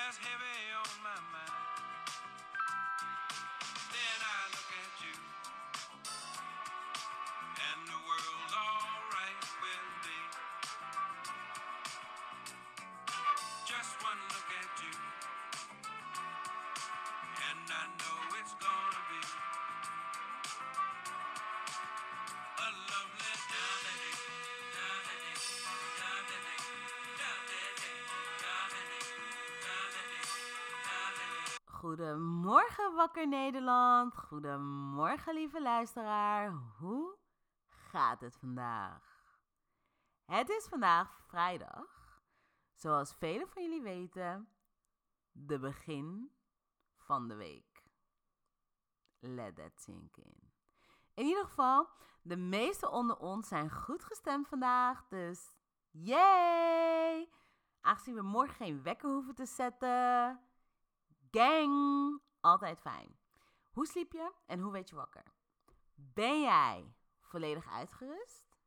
lies heavy on my mind. Then I look at you, and the world's alright with me. Just one look at you, and I know it's gonna be a lovely Goedemorgen Wakker Nederland, goedemorgen lieve luisteraar, hoe gaat het vandaag? Het is vandaag vrijdag, zoals velen van jullie weten, de begin van de week. Let that sink in. In ieder geval, de meesten onder ons zijn goed gestemd vandaag, dus yay! Aangezien we morgen geen wekker hoeven te zetten, gang, altijd fijn. Hoe sliep je en hoe werd je wakker? Ben jij volledig uitgerust?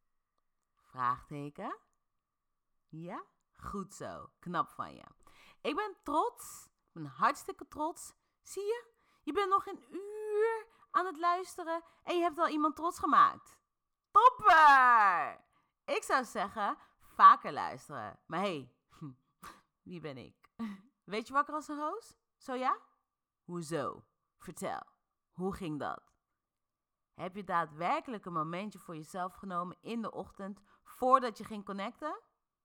Vraagteken. Ja? Goed zo, knap van je. Ik ben trots, ik ben hartstikke trots. Zie je? Je bent nog een uur aan het luisteren en je hebt al iemand trots gemaakt. Topper! Ik zou zeggen, vaker luisteren. Maar hey, wie ben ik? Weet je wakker als een roos? Zo ja? Hoezo? Vertel, hoe ging dat? Heb je daadwerkelijk een momentje voor jezelf genomen in de ochtend voordat je ging connecten?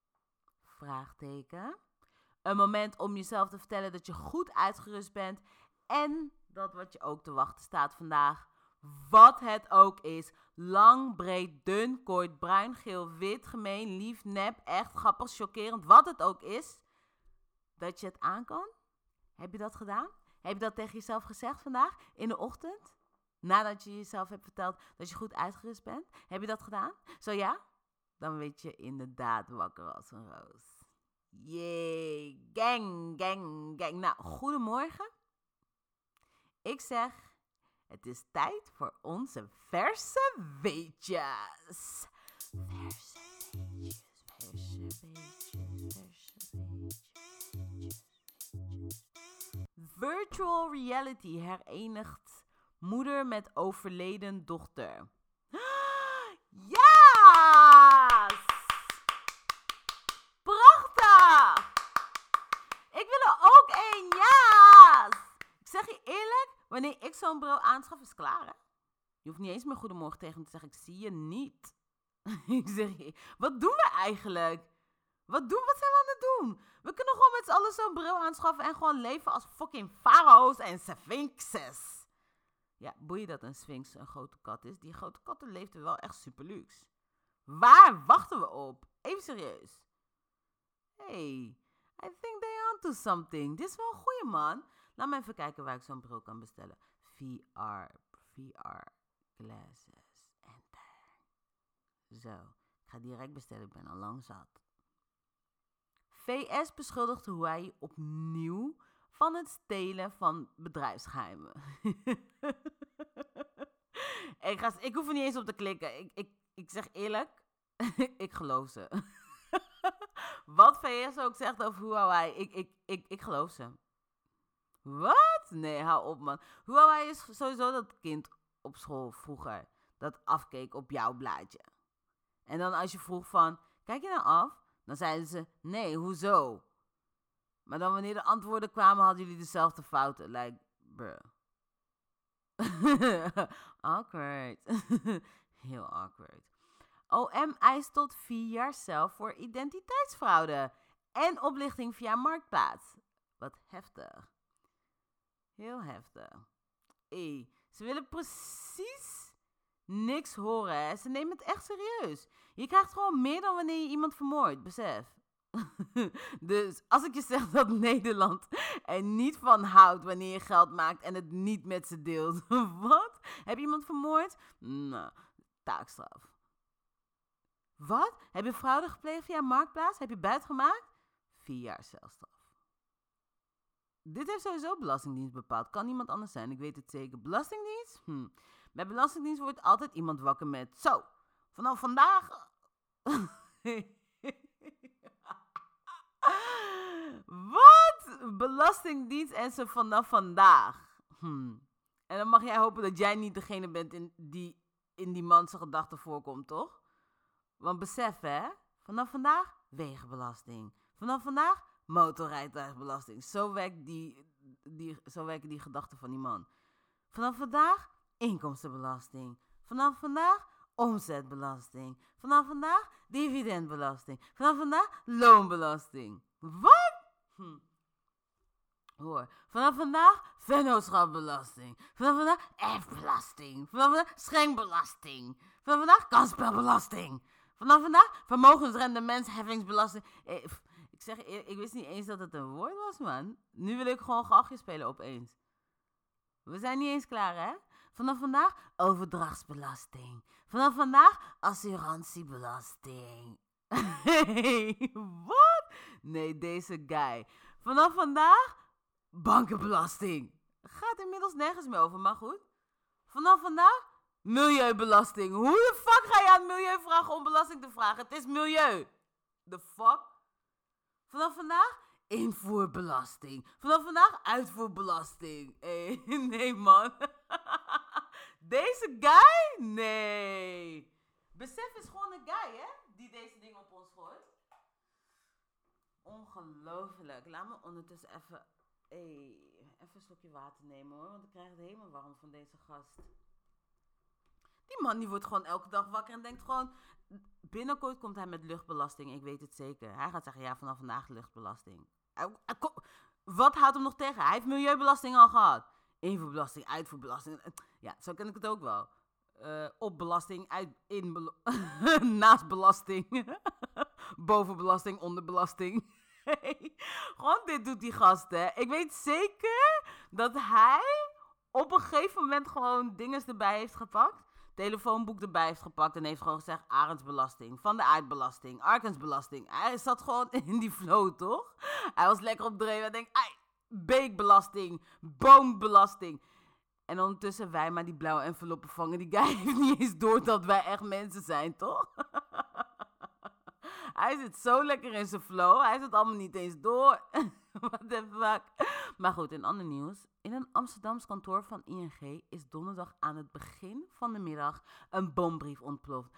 Vraagteken. Een moment om jezelf te vertellen dat je goed uitgerust bent en dat wat je ook te wachten staat vandaag, wat het ook is, lang, breed, dun, kort, bruin, geel, wit, gemeen, lief, nep, echt, grappig, chockerend, wat het ook is, dat je het aan kan? Heb je dat gedaan? Heb je dat tegen jezelf gezegd vandaag in de ochtend? Nadat je jezelf hebt verteld dat je goed uitgerust bent? Heb je dat gedaan? Zo ja? Dan weet je inderdaad wakker als een roos. Yay, gang, gang, gang. Nou, goedemorgen. Ik zeg, het is tijd voor onze verse weetjes. Verse weetjes, verse weetjes, verse weetjes. Virtual reality herenigt moeder met overleden dochter. Yes! Prachtig! Ik wil er ook één, yes! Ik zeg je eerlijk, wanneer ik zo'n bril aanschaf, is het klaar, hè? Je hoeft niet eens meer goedemorgen tegen me te zeggen, ik zie je niet. Ik zeg je, wat doen we eigenlijk? Wat zijn we aan het doen? We kunnen gewoon met z'n allen zo'n bril aanschaffen en gewoon leven als fucking farao's en sphinxes. Ja, boeien dat een sphinx een grote kat is. Die grote katten leefden wel echt super luxe. Waar wachten we op? Even serieus. Hey, I think they onto something. Dit is wel een goeie, man. Laat me even kijken waar ik zo'n bril kan bestellen. VR glasses. Enter. Zo, ik ga direct bestellen. Ik ben al lang zat. VS beschuldigt Huawei opnieuw van het stelen van bedrijfsgeheimen. Ik hoef er niet eens op te klikken. Ik zeg eerlijk, ik geloof ze. Wat VS ook zegt over Huawei, ik geloof ze. Wat? Nee, hou op, man. Huawei is sowieso dat kind op school vroeger dat afkeek op jouw blaadje. En dan als je vroeg van, kijk je nou af? Dan zeiden ze, nee, hoezo? Maar dan wanneer de antwoorden kwamen, hadden jullie dezelfde fouten. Like, bruh. Awkward. Heel awkward. OM eist tot 4 jaar cel voor identiteitsfraude en oplichting via Marktplaats. Wat heftig. Heel heftig. Ze willen precies niks horen, hè. Ze nemen het echt serieus. Je krijgt gewoon meer dan wanneer je iemand vermoordt, besef. Dus als ik je zeg dat Nederland er niet van houdt wanneer je geld maakt en het niet met ze deelt. Wat? Heb je iemand vermoord? Nou, taakstraf. Wat? Heb je fraude gepleegd via Marktplaats? Heb je buit gemaakt? 4 jaar celstraf. Dit heeft sowieso Belastingdienst bepaald. Kan niemand anders zijn, ik weet het zeker. Belastingdienst? Bij Belastingdienst wordt altijd iemand wakker met... Zo, vanaf vandaag... Wat? Belastingdienst en ze vanaf vandaag. En dan mag jij hopen dat jij niet degene bent die in die man zijn gedachten voorkomt, toch? Want besef, hè? Vanaf vandaag wegenbelasting. Vanaf vandaag motorrijtuigbelasting. Zo werken die gedachten van die man. Vanaf vandaag inkomstenbelasting. Vanaf vandaag omzetbelasting. Vanaf vandaag dividendbelasting. Vanaf vandaag loonbelasting. Wat? Hoor, vanaf vandaag vennootschapsbelasting. Vanaf vandaag erfbelasting. Vanaf vandaag schenkbelasting. Vanaf vandaag kansspelbelasting. Vanaf vandaag vermogensrendementsheffingsbelasting. Ik zeg ik wist niet eens dat het een woord was, man. Nu wil ik gewoon geachtje spelen opeens. We zijn niet eens klaar, hè? Vanaf vandaag overdrachtsbelasting. Vanaf vandaag assurantiebelasting. Hey, wat? Nee, deze guy. Vanaf vandaag bankenbelasting. Gaat inmiddels nergens meer over, maar goed. Vanaf vandaag milieubelasting. Hoe de fuck ga je aan het milieu vragen om belasting te vragen? Het is milieu. The fuck? Vanaf vandaag invoerbelasting. Vanaf vandaag uitvoerbelasting. Hey, nee, man. Deze guy? Nee. Besef is gewoon een guy, hè? Die deze dingen op ons gooit. Ongelooflijk. Laat me ondertussen even een slokje water nemen, hoor. Want ik krijg het helemaal warm van deze gast. Die man die wordt gewoon elke dag wakker en denkt gewoon... Binnenkort komt hij met luchtbelasting, ik weet het zeker. Hij gaat zeggen, ja, vanaf vandaag luchtbelasting. Wat houdt hem nog tegen? Hij heeft milieubelasting al gehad. Invoerbelasting, uitvoerbelasting. Ja, zo ken ik het ook wel. Opbelasting, naast belasting. Bovenbelasting, onderbelasting. Gewoon dit doet die gast, hè. Ik weet zeker dat hij op een gegeven moment gewoon dingen erbij heeft gepakt. Telefoonboek erbij heeft gepakt en heeft gewoon gezegd... Arendsbelasting, Van de Aardbelasting, Arkensbelasting. Hij zat gewoon in die flow, toch? Hij was lekker op dreef. Hij denkt, beekbelasting, boombelasting. En ondertussen wij maar die blauwe enveloppen vangen. Die guy heeft niet eens door dat wij echt mensen zijn, toch? Hij zit zo lekker in zijn flow. Hij zit allemaal niet eens door. What the fuck? Maar goed, in ander nieuws. In een Amsterdams kantoor van ING is donderdag aan het begin van de middag een bombrief ontploft.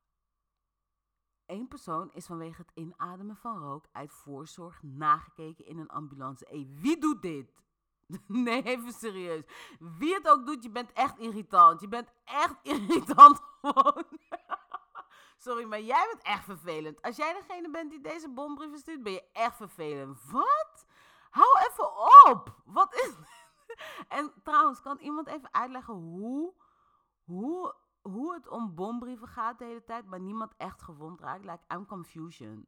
Eén persoon is vanwege het inademen van rook uit voorzorg nagekeken in een ambulance. Wie doet dit? Nee, even serieus. Wie het ook doet, je bent echt irritant. Je bent echt irritant gewoon. Sorry, maar jij bent echt vervelend. Als jij degene bent die deze bombrieven stuurt, ben je echt vervelend. Wat? Hou even op. Wat is dit? En trouwens, kan iemand even uitleggen hoe het om bombrieven gaat de hele tijd, maar niemand echt gewond raakt? Like, I'm confusion.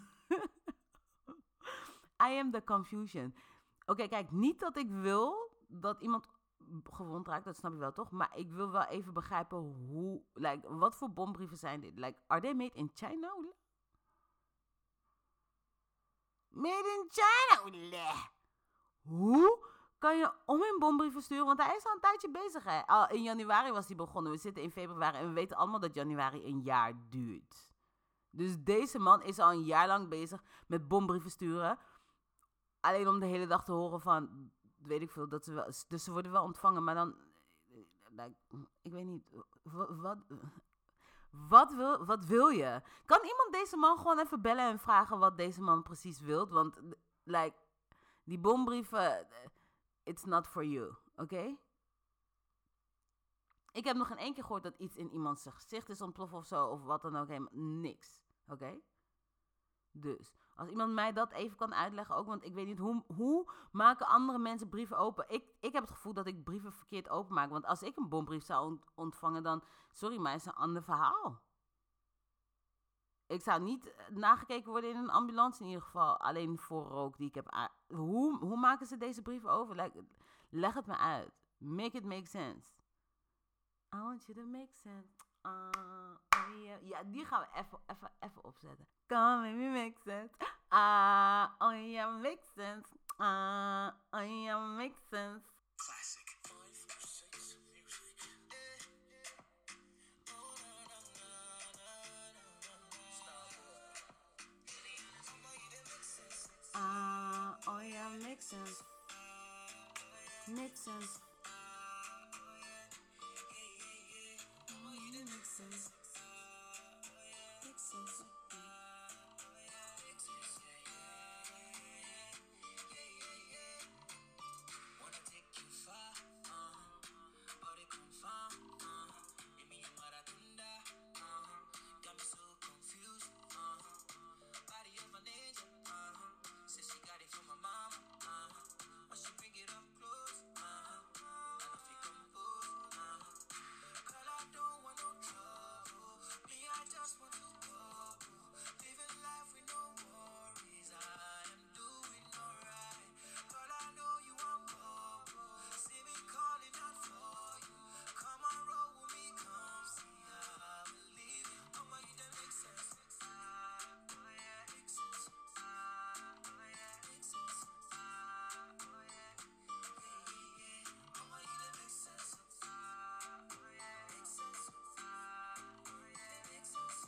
I am the confusion. Oké, kijk, niet dat ik wil dat iemand gewond raakt, dat snap je wel, toch? Maar ik wil wel even begrijpen wat voor bombrieven zijn dit? Like, are they made in China? Made in China? Hoe kan je om in bombrieven sturen? Want hij is al een tijdje bezig, hè? Al in januari was hij begonnen. We zitten in februari en we weten allemaal dat januari een jaar duurt. Dus deze man is al een jaar lang bezig met bombrieven sturen. Alleen om de hele dag te horen van, weet ik veel, dat ze wel, dus ze worden wel ontvangen, maar dan, ik weet niet, wat wil je? Kan iemand deze man gewoon even bellen en vragen wat deze man precies wil? Want, die bombrieven, it's not for you, oké? Ik heb nog geen één keer gehoord dat iets in iemands gezicht is ontploffen of zo, of wat dan ook, helemaal niks, oké? Dus, als iemand mij dat even kan uitleggen ook, want ik weet niet, hoe maken andere mensen brieven open? Ik heb het gevoel dat ik brieven verkeerd openmaak, want als ik een bombrief zou ontvangen, dan, sorry, maar het is een ander verhaal. Ik zou niet nagekeken worden in een ambulance in ieder geval, alleen voor rook die ik heb. Hoe maken ze deze brieven over? Leg het me uit. Make it make sense. I want you to make sense. Yeah. Ja, die gaan we even opzetten. Come make me make sense. Oh yeah, make sense. Oh yeah, make sense. Classic. Oh yeah, make sense. Makes sense. Makes sense. Makes sense. Wanna take you far, body confirm, give me a maratunda, got me so confused, body of an angel, says she got it from my mama, when she bring it up close, and if you compose, girl I don't want no trouble, me I just want to bubble, living life with no worries, I am doing alright, girl I know you want bubble, see me calling out for you, come on roll with me, come see how I believe it, I'ma you that make sense, makes sense, makes sense, I'ma you that make sense, makes sense, makes sense,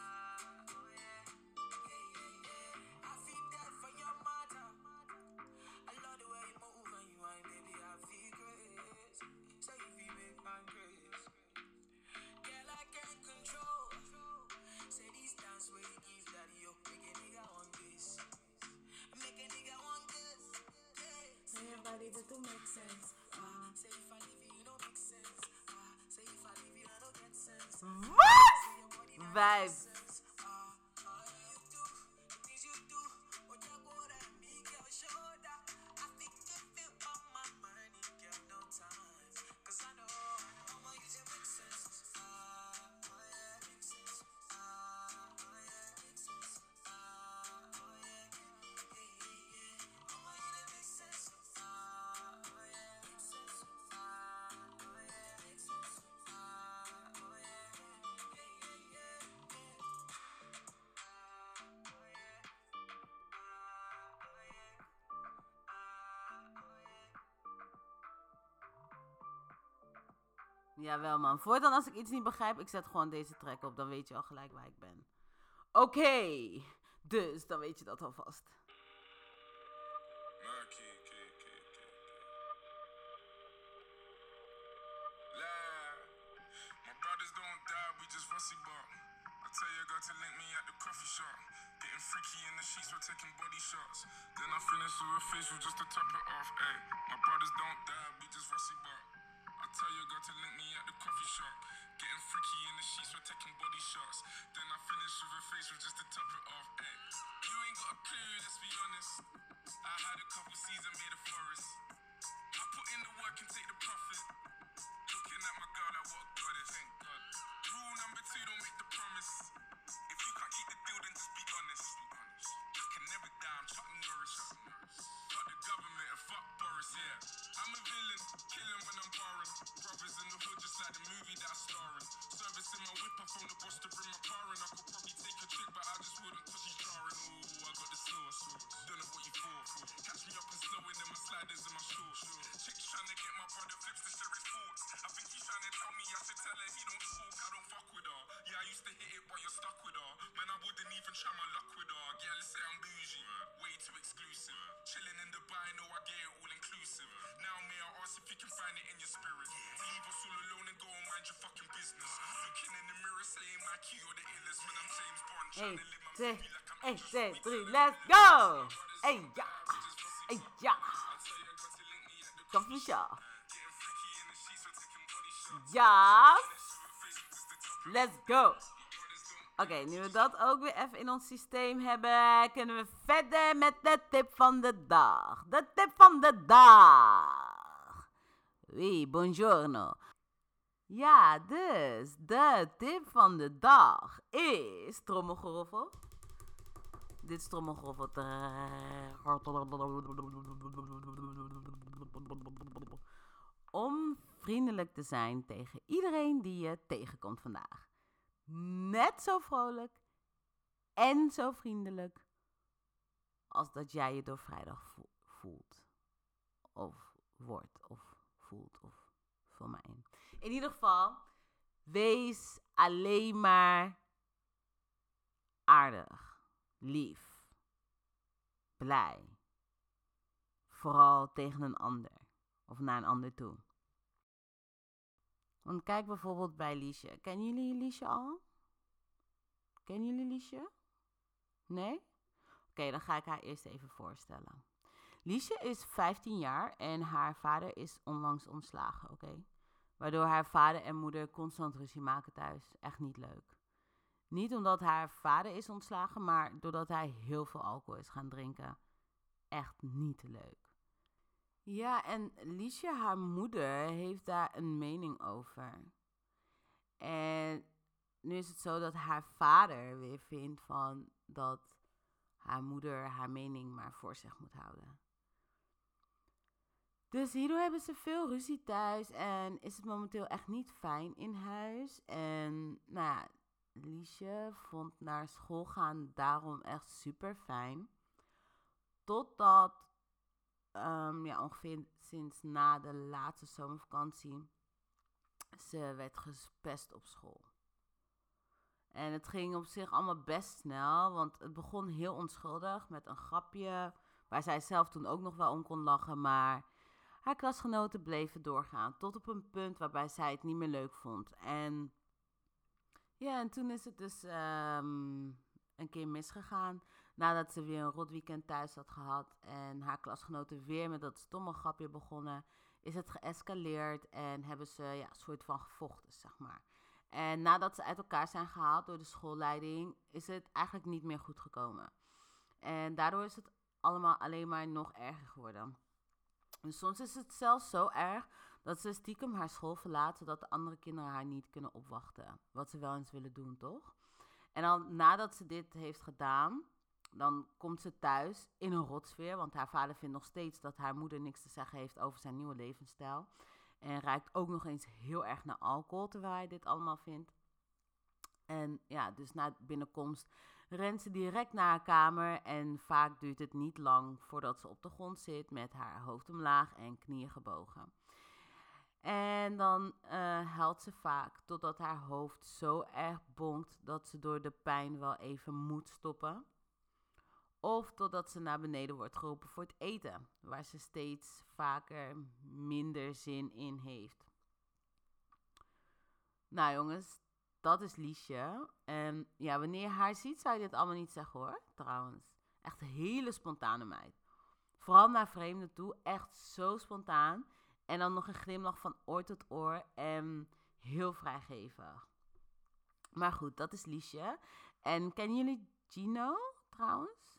I feel that for your mother. I love the way you move and you ain't, baby, I feel grace. Say if you make my grace. Girl, I can't control. Say this dance where you give that yo. Make a nigga want this. Make a nigga want this. Say your body that don't make sense. Say if I leave you, you don't make sense. Say if I leave you, I don't get sense. What? Say your body that Vijf. makes sense. You do the things you do. What you go that make your shoulder. I think you feel on my mind. You got no time. Cause I know I'ma use your make sense. Make sense. Make sense. I'ma use your make sense. Make sense. Make sense. Jawel man, voortaan als ik iets niet begrijp, ik zet gewoon deze track op. Dan weet je al gelijk waar ik ben. Oké, dus dan weet je dat alvast. My brothers don't die, we just rusty bark. I tell your girl to link me at the coffee shop. Getting freaky in the sheets, we're taking body shots. Then I finish with a facial just to top it off. Ay, my brothers don't die, we just rusty bark. I tell your girl to link me at the coffee shop. Getting freaky in the sheets, we're taking body shots. Then I finish with a facial just to top it off. Ay, you ain't got a clue, let's be honest. I had a couple seasons made a forest. I put in the work and take the profit. Looking at my girl, like what a goddess. Thank God. Rule number 2, don't make the promise. If you can't keep the deal, then just be honest. I can never die, I'm Chuck Norris. Fuck the government and fuck Boris, yeah. I'm a villain, killing when I'm barring. Brothers in the hood, just like the movie that I'm starring. Servicing my whip, I phone the boss to bring my car in. I could probably take a trick, but I just wouldn't cause she's jarring. Ooh, I got the sauce. Don't know what you for. Catch me up and slowing in my sliders and my shorts. Chicks trying to get my brother flips to share his thoughts. I think he's trying to tell me I should tell her he don't talk, I don't fuck with her. Yeah, I used to hit it, but you're stuck with her. Man, I wouldn't even try my luck with her. Yeah, let's say I'm bougie, way too exclusive. Chilling in Dubai, know I get it all inclusive. Now may I ask if you can find it in your spirit. Leave us all alone and go and mind your fucking business. Looking in the mirror saying my key or the illest. When I'm James Bond, trying to live my movie like I'm 1, 2, 3, let's go! Hey ja, hey ja. Coffee shop. Ja. Let's go. Oké, nu we dat ook weer even in ons systeem hebben, kunnen we verder met de tip van de dag. De tip van de dag. Oui, buongiorno. Ja, dus de tip van de dag is trommelgeroffel. Dit is trommelgeroffel. Om vriendelijk te zijn tegen iedereen die je tegenkomt vandaag. Net zo vrolijk en zo vriendelijk als dat jij je door vrijdag voelt. Of wordt of voelt of voor mij. In ieder geval, wees alleen maar aardig, lief, blij, Vooral tegen een ander. Of naar een ander toe. Want kijk bijvoorbeeld bij Liesje. Kennen jullie Liesje al? Kennen jullie Liesje? Nee? Oké, dan ga ik haar eerst even voorstellen. Liesje is 15 jaar en haar vader is onlangs ontslagen, oké? Waardoor haar vader en moeder constant ruzie maken thuis. Echt niet leuk. Niet omdat haar vader is ontslagen, maar doordat hij heel veel alcohol is gaan drinken. Echt niet leuk. Ja, en Liesje, haar moeder, heeft daar een mening over. En nu is het zo dat haar vader weer vindt van dat haar moeder haar mening maar voor zich moet houden. Dus hierdoor hebben ze veel ruzie thuis en is het momenteel echt niet fijn in huis. En nou ja, Liesje vond naar school gaan daarom echt super fijn. Totdat ongeveer sinds na de laatste zomervakantie ze werd gepest op school. En het ging op zich allemaal best snel, want het begon heel onschuldig met een grapje waar zij zelf toen ook nog wel om kon lachen, maar haar klasgenoten bleven doorgaan tot op een punt waarbij zij het niet meer leuk vond. En ja, en toen is het dus een keer misgegaan. Nadat ze weer een rot weekend thuis had gehad en haar klasgenoten weer met dat stomme grapje begonnen, is het geëscaleerd en hebben ze een soort van gevochten, zeg maar. En nadat ze uit elkaar zijn gehaald door de schoolleiding, is het eigenlijk niet meer goed gekomen. En daardoor is het allemaal alleen maar nog erger geworden. En soms is het zelfs zo erg dat ze stiekem haar school verlaat, zodat de andere kinderen haar niet kunnen opwachten. Wat ze wel eens willen doen, toch? En dan nadat ze dit heeft gedaan, dan komt ze thuis in een rotsfeer. Want haar vader vindt nog steeds dat haar moeder niks te zeggen heeft over zijn nieuwe levensstijl. En ruikt ook nog eens heel erg naar alcohol, terwijl hij dit allemaal vindt. En ja, dus na binnenkomst rent ze direct naar haar kamer. En vaak duurt het niet lang voordat ze op de grond zit met haar hoofd omlaag en knieën gebogen. En dan huilt ze vaak totdat haar hoofd zo erg bonkt dat ze door de pijn wel even moet stoppen. Of totdat ze naar beneden wordt geroepen voor het eten, waar ze steeds vaker minder zin in heeft. Nou jongens, dat is Liesje. En ja, wanneer je haar ziet, zou je dit allemaal niet zeggen hoor, trouwens. Echt een hele spontane meid. Vooral naar vreemden toe, echt zo spontaan. En dan nog een glimlach van oor tot oor en heel vrijgevig. Maar goed, dat is Liesje. En kennen jullie Gino trouwens?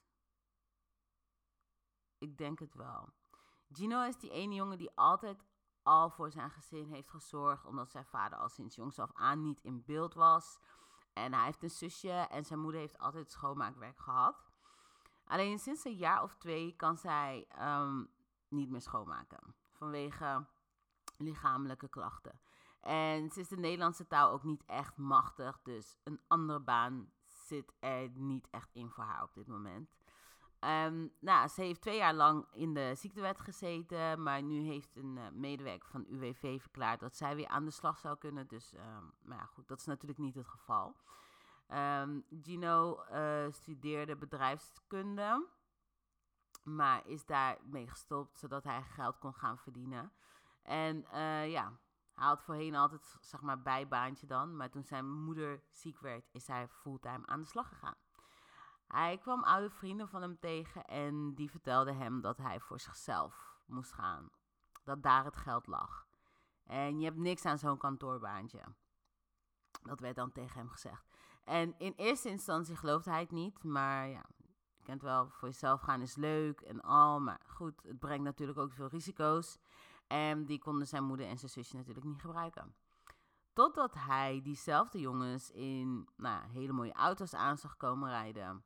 Ik denk het wel. Gino is die ene jongen die altijd al voor zijn gezin heeft gezorgd, omdat zijn vader al sinds jongs af aan niet in beeld was. En hij heeft een zusje en zijn moeder heeft altijd schoonmaakwerk gehad. Alleen sinds een jaar of 2 kan zij niet meer schoonmaken. Vanwege lichamelijke klachten. En ze is de Nederlandse taal ook niet echt machtig. Dus een andere baan zit er niet echt in voor haar op dit moment. Ze heeft 2 jaar lang in de ziektewet gezeten. Maar nu heeft een medewerker van UWV verklaard dat zij weer aan de slag zou kunnen. Dus maar ja, goed, dat is natuurlijk niet het geval. Gino studeerde bedrijfskunde. Maar is daarmee gestopt, zodat hij geld kon gaan verdienen. En hij had voorheen altijd, zeg maar, bijbaantje dan. Maar toen zijn moeder ziek werd, is hij fulltime aan de slag gegaan. Hij kwam oude vrienden van hem tegen en die vertelden hem dat hij voor zichzelf moest gaan. Dat daar het geld lag. En je hebt niks aan zo'n kantoorbaantje. Dat werd dan tegen hem gezegd. En in eerste instantie geloofde hij het niet, maar ja, je kent wel, voor jezelf gaan is leuk en al. Maar goed, het brengt natuurlijk ook veel risico's. En die konden zijn moeder en zijn zusje natuurlijk niet gebruiken. Totdat hij diezelfde jongens in hele mooie auto's aan zag komen rijden.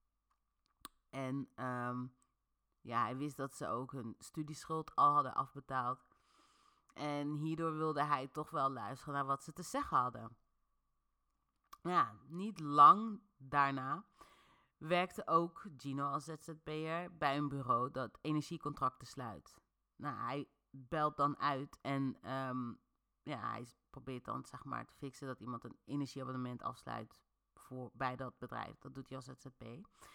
En hij wist dat ze ook hun studieschuld al hadden afbetaald. En hierdoor wilde hij toch wel luisteren naar wat ze te zeggen hadden. Ja, niet lang daarna werkte ook Gino als ZZP'er bij een bureau dat energiecontracten sluit. Nou, hij belt dan uit en hij probeert dan, zeg maar, te fixen dat iemand een energieabonnement afsluit bij dat bedrijf. Dat doet hij als ZZP.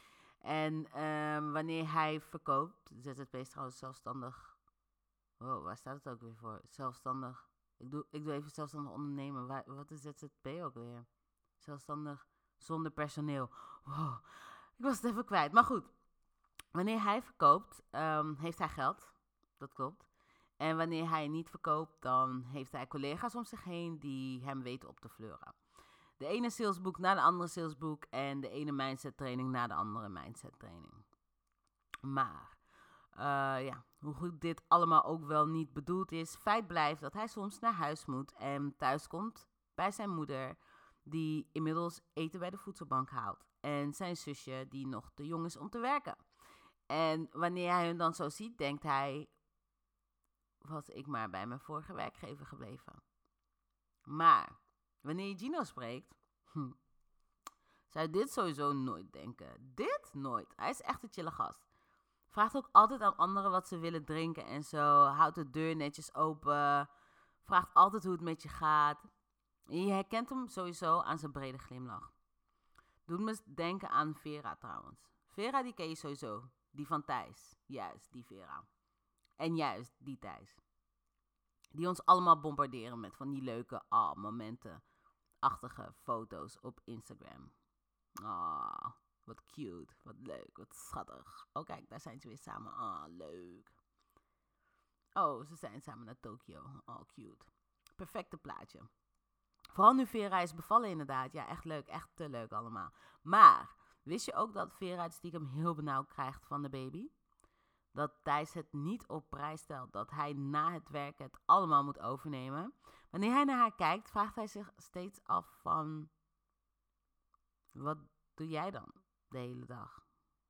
En wanneer hij verkoopt, ZZP is trouwens zelfstandig. Wow, waar staat het ook weer voor? Zelfstandig. Ik doe even zelfstandig ondernemen. Wat is ZZP ook weer? Zelfstandig zonder personeel. Wow, ik was het even kwijt. Maar goed, wanneer hij verkoopt, heeft hij geld. Dat klopt. En wanneer hij niet verkoopt, dan heeft hij collega's om zich heen die hem weten op te fleuren. De ene salesboek na de andere salesboek en de ene mindset training na de andere mindset training. Maar, hoe goed dit allemaal ook wel niet bedoeld is, feit blijft dat hij soms naar huis moet en thuis komt bij zijn moeder, die inmiddels eten bij de voedselbank haalt. En zijn zusje, die nog te jong is om te werken. En wanneer hij hem dan zo ziet, denkt hij, was ik maar bij mijn vorige werkgever gebleven. Maar, wanneer je Gino spreekt, zou je dit sowieso nooit denken. Dit nooit. Hij is echt een chille gast. Vraagt ook altijd aan anderen wat ze willen drinken en zo. Houdt de deur netjes open. Vraagt altijd hoe het met je gaat. En je herkent hem sowieso aan zijn brede glimlach. Doet me denken aan Vera trouwens. Vera die ken je sowieso. Die van Thijs. Juist, die Vera. En juist, die Thijs. Die ons allemaal bombarderen met van die leuke momenten-achtige foto's op Instagram. Wat cute, wat leuk, wat schattig. Oh kijk, daar zijn ze weer samen. Leuk. Oh, ze zijn samen naar Tokio. Cute. Perfecte plaatje. Vooral nu Vera is bevallen inderdaad. Ja, echt leuk, echt te leuk allemaal. Maar, wist je ook dat Vera het stiekem heel benauwd krijgt van de baby? Dat Thijs het niet op prijs stelt, dat hij na het werken het allemaal moet overnemen. Wanneer hij naar haar kijkt, vraagt hij zich steeds af van, wat doe jij dan de hele dag?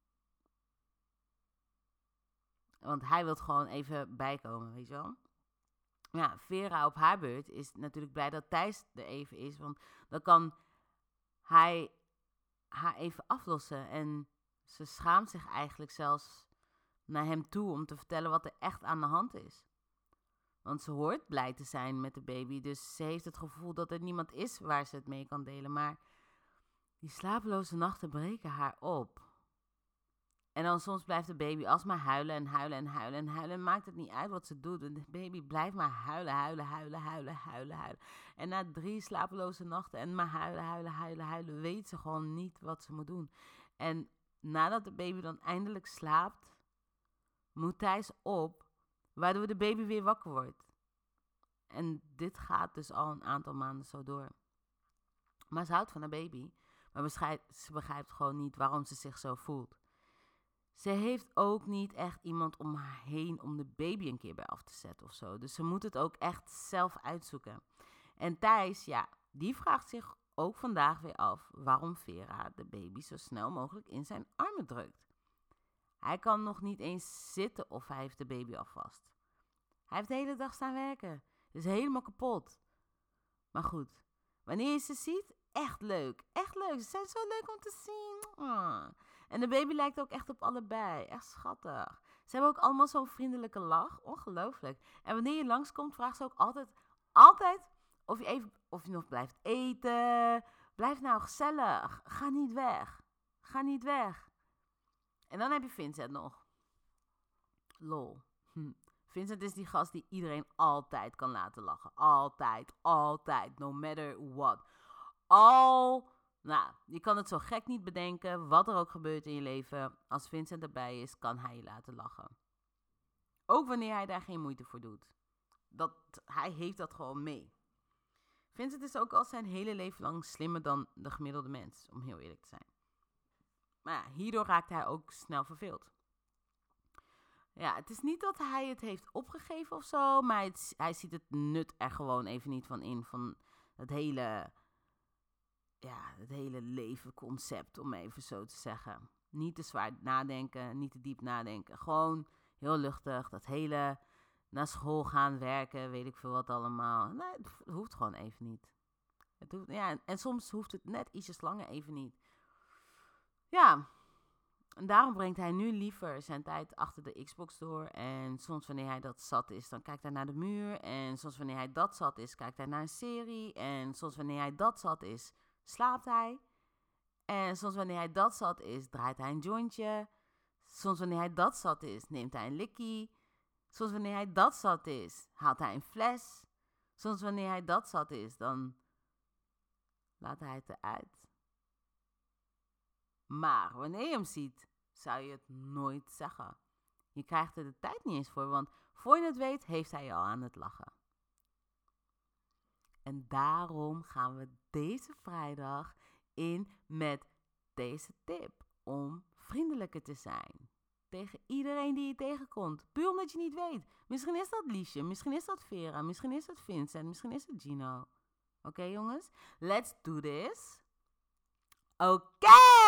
Want hij wil gewoon even bijkomen, weet je wel. Ja, Vera op haar beurt is natuurlijk blij dat Thijs er even is, want dan kan hij haar even aflossen. En ze schaamt zich eigenlijk zelfs naar hem toe om te vertellen wat er echt aan de hand is. Want ze hoort blij te zijn met de baby, dus ze heeft het gevoel dat er niemand is waar ze het mee kan delen. Maar die slapeloze nachten breken haar op. En dan soms blijft de baby alsmaar huilen en huilen en huilen en huilen. Maakt het niet uit wat ze doet. De baby blijft maar huilen, huilen, huilen, huilen, huilen, huilen. En na 3 slapeloze nachten en maar huilen, huilen, huilen, huilen, weet ze gewoon niet wat ze moet doen. En nadat de baby dan eindelijk slaapt, moet Thijs op, waardoor de baby weer wakker wordt. En dit gaat dus al een aantal maanden zo door. Maar ze houdt van haar baby, maar ze begrijpt gewoon niet waarom ze zich zo voelt. Ze heeft ook niet echt iemand om haar heen om de baby een keer bij af te zetten of zo. Dus ze moet het ook echt zelf uitzoeken. En Thijs, ja, die vraagt zich ook vandaag weer af waarom Vera de baby zo snel mogelijk in zijn armen drukt. Hij kan nog niet eens zitten of hij heeft de baby al vast. Hij heeft de hele dag staan werken. Dus helemaal kapot. Maar goed, wanneer je ze ziet, echt leuk. Echt leuk. Ze zijn zo leuk om te zien. En de baby lijkt ook echt op allebei. Echt schattig. Ze hebben ook allemaal zo'n vriendelijke lach. Ongelooflijk. En wanneer je langskomt, vraagt ze ook altijd of je nog blijft eten. Blijf nou gezellig. Ga niet weg. Ga niet weg. En dan heb je Vincent nog. Lol. Vincent is die gast die iedereen altijd kan laten lachen. Altijd, altijd. No matter what. Je kan het zo gek niet bedenken. Wat er ook gebeurt in je leven. Als Vincent erbij is, kan hij je laten lachen. Ook wanneer hij daar geen moeite voor doet. Hij heeft dat gewoon mee. Vincent is ook al zijn hele leven lang slimmer dan de gemiddelde mens. Om heel eerlijk te zijn. Maar ja, hierdoor raakt hij ook snel verveeld. Ja, het is niet dat hij het heeft opgegeven of zo, maar hij ziet het nut er gewoon even niet van in. Van het hele levenconcept, om even zo te zeggen. Niet te zwaar nadenken, niet te diep nadenken. Gewoon heel luchtig, dat hele naar school gaan, werken, weet ik veel wat allemaal. Nee, het hoeft gewoon even niet. En soms hoeft het net ietsjes langer even niet. Ja. En daarom brengt hij nu liever zijn tijd achter de Xbox door. En soms wanneer hij dat zat is, dan kijkt hij naar de muur. En soms wanneer hij dat zat is, kijkt hij naar een serie. En soms wanneer hij dat zat is, slaapt hij. En soms wanneer hij dat zat is, draait hij een jointje. Soms wanneer hij dat zat is, neemt hij een likkie. Soms wanneer hij dat zat is, haalt hij een fles. Soms wanneer hij dat zat is, dan laat hij het eruit. Maar wanneer je hem ziet, zou je het nooit zeggen. Je krijgt er de tijd niet eens voor, want voor je het weet, heeft hij je al aan het lachen. En daarom gaan we deze vrijdag in met deze tip om vriendelijker te zijn. Tegen iedereen die je tegenkomt. Puur omdat je niet weet. Misschien is dat Liesje, misschien is dat Vera, misschien is het Vincent, misschien is het Gino. Oké, jongens? Let's do this. Oké!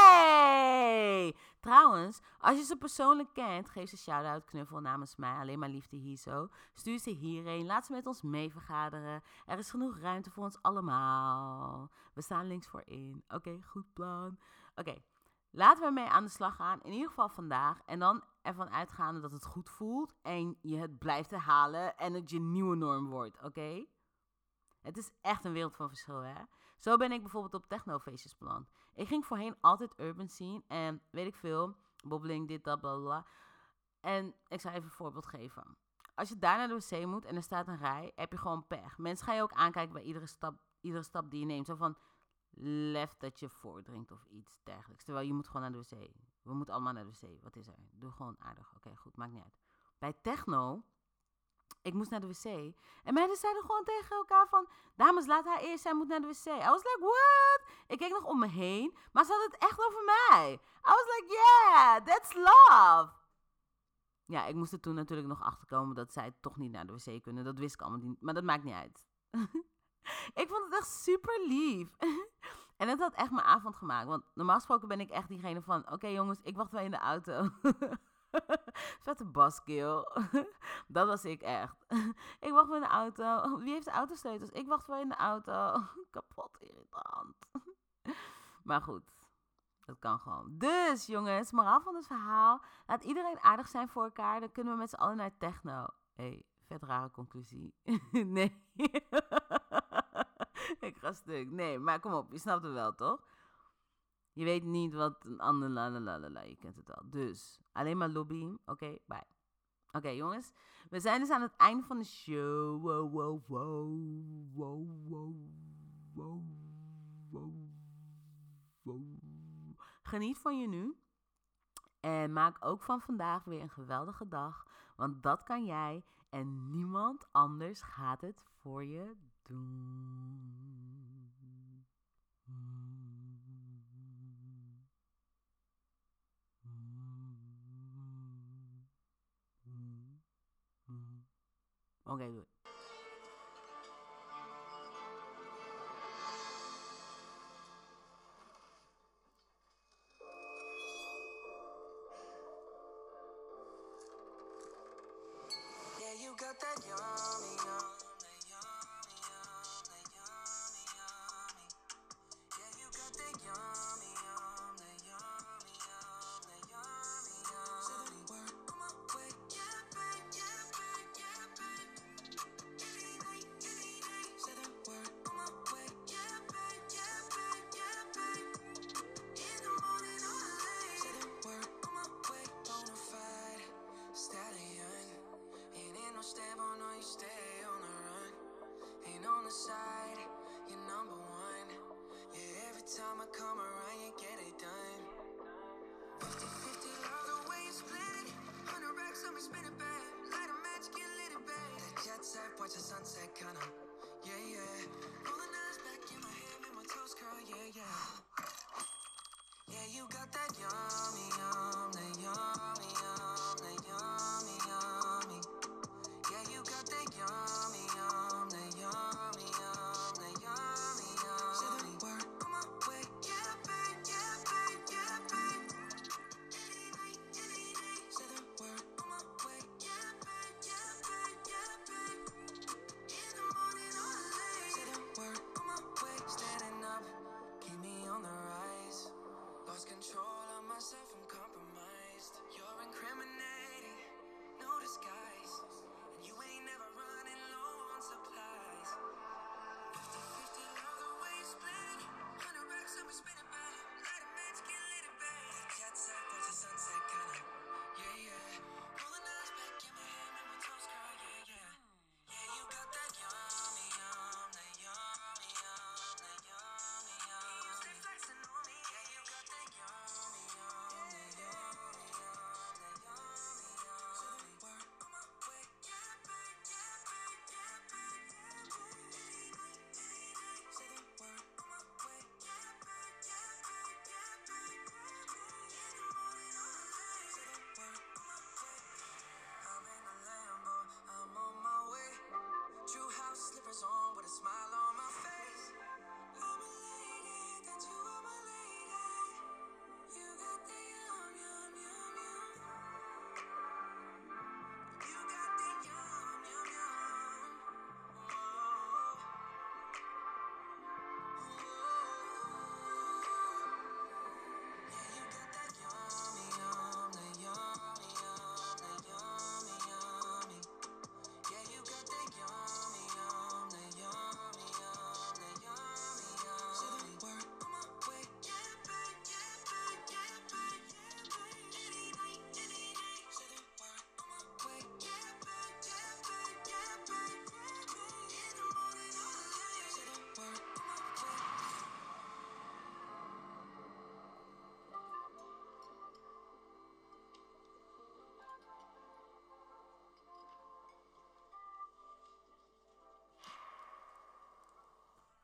Trouwens, als je ze persoonlijk kent, geef ze shout-out, knuffel namens mij. Alleen maar liefde hier zo. Stuur ze hierheen. Laat ze met ons mee vergaderen. Er is genoeg ruimte voor ons allemaal. We staan links voorin. Oké, goed plan. Oké, laten we mee aan de slag gaan. In ieder geval vandaag. En dan ervan uitgaande dat het goed voelt. En je het blijft herhalen. En het je nieuwe norm wordt. Oké? Het is echt een wereld van verschil, hè? Zo ben ik bijvoorbeeld op technofeestjes beland. Ik ging voorheen altijd urban zien en weet ik veel, bobbeling, dit, dat, bla, bla. En ik zal even een voorbeeld geven. Als je daar naar de wc moet en er staat een rij, heb je gewoon pech. Mensen gaan je ook aankijken bij iedere stap die je neemt. Zo van, lef dat je voordringt of iets dergelijks. Terwijl je moet gewoon naar de wc. We moeten allemaal naar de wc. Wat is er? Doe gewoon aardig. Oké, goed, maakt niet uit. Bij techno... Ik moest naar de wc. En meiden zeiden gewoon tegen elkaar van... Dames, laat haar eerst, zij moet naar de wc. I was like, what? Ik keek nog om me heen. Maar ze had het echt over mij. I was like, yeah, that's love. Ja, ik moest er toen natuurlijk nog achterkomen dat zij toch niet naar de wc kunnen. Dat wist ik allemaal niet. Maar dat maakt niet uit. Ik vond het echt super lief. En het had echt mijn avond gemaakt. Want normaal gesproken ben ik echt diegene van... Oké, jongens, ik wacht wel in de auto. Vette baskill. Dat was ik echt. Ik wacht wel in de auto. Wie heeft de autosleutels? Ik wacht wel in de auto. Kapot irritant. Maar goed, dat kan gewoon. Dus jongens, moraal van het verhaal. Laat iedereen aardig zijn voor elkaar. Dan kunnen we met z'n allen naar techno. Vet rare conclusie. Nee. Ik ga stuk. Nee, maar kom op. Je snapt het wel, toch? Je weet niet wat een ander lalalala. Je kent het wel. Dus, alleen maar lobby. Oké, bye. Oké, jongens. We zijn dus aan het einde van de show. Wow, wow, wow. Wow, wow, wow. Wow, wow. Geniet van je nu. En maak ook van vandaag weer een geweldige dag. Want dat kan jij. En niemand anders gaat het voor je doen. Oké, doei. Yeah, you got that yummy, that yummy, that yummy, yummy. Yeah, you got that yummy, that yummy, that yummy, yummy. Say the word on my way. Yeah, babe, yeah, babe, yeah, babe. Any night, any day. Say the word on my way. Yeah, babe, yeah, babe, yeah, babe. In the morning or late. Say the word on my way. Bonafide stallion. Ain't in no stable, no, you stay on the run. Ain't on the side, you're number one. Yeah, every time I come around, you get it done. 50-50, love the way you split it. 100 racks on me, spin it back. Light a match, get lit it back. That jet set, watch the sunset, kinda. Yeah, yeah. Roll the eyes back in my head, make my toes curl, yeah, yeah. Yeah, you got that yummy, that yummy, that yummy, yummy. Yeah, you got that yummy, that yummy, that yummy, yummy. Say the word on my way. Yeah, babe.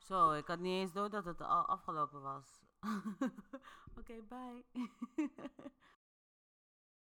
Zo, ik had niet eens door dat het al afgelopen was. Oké, bye.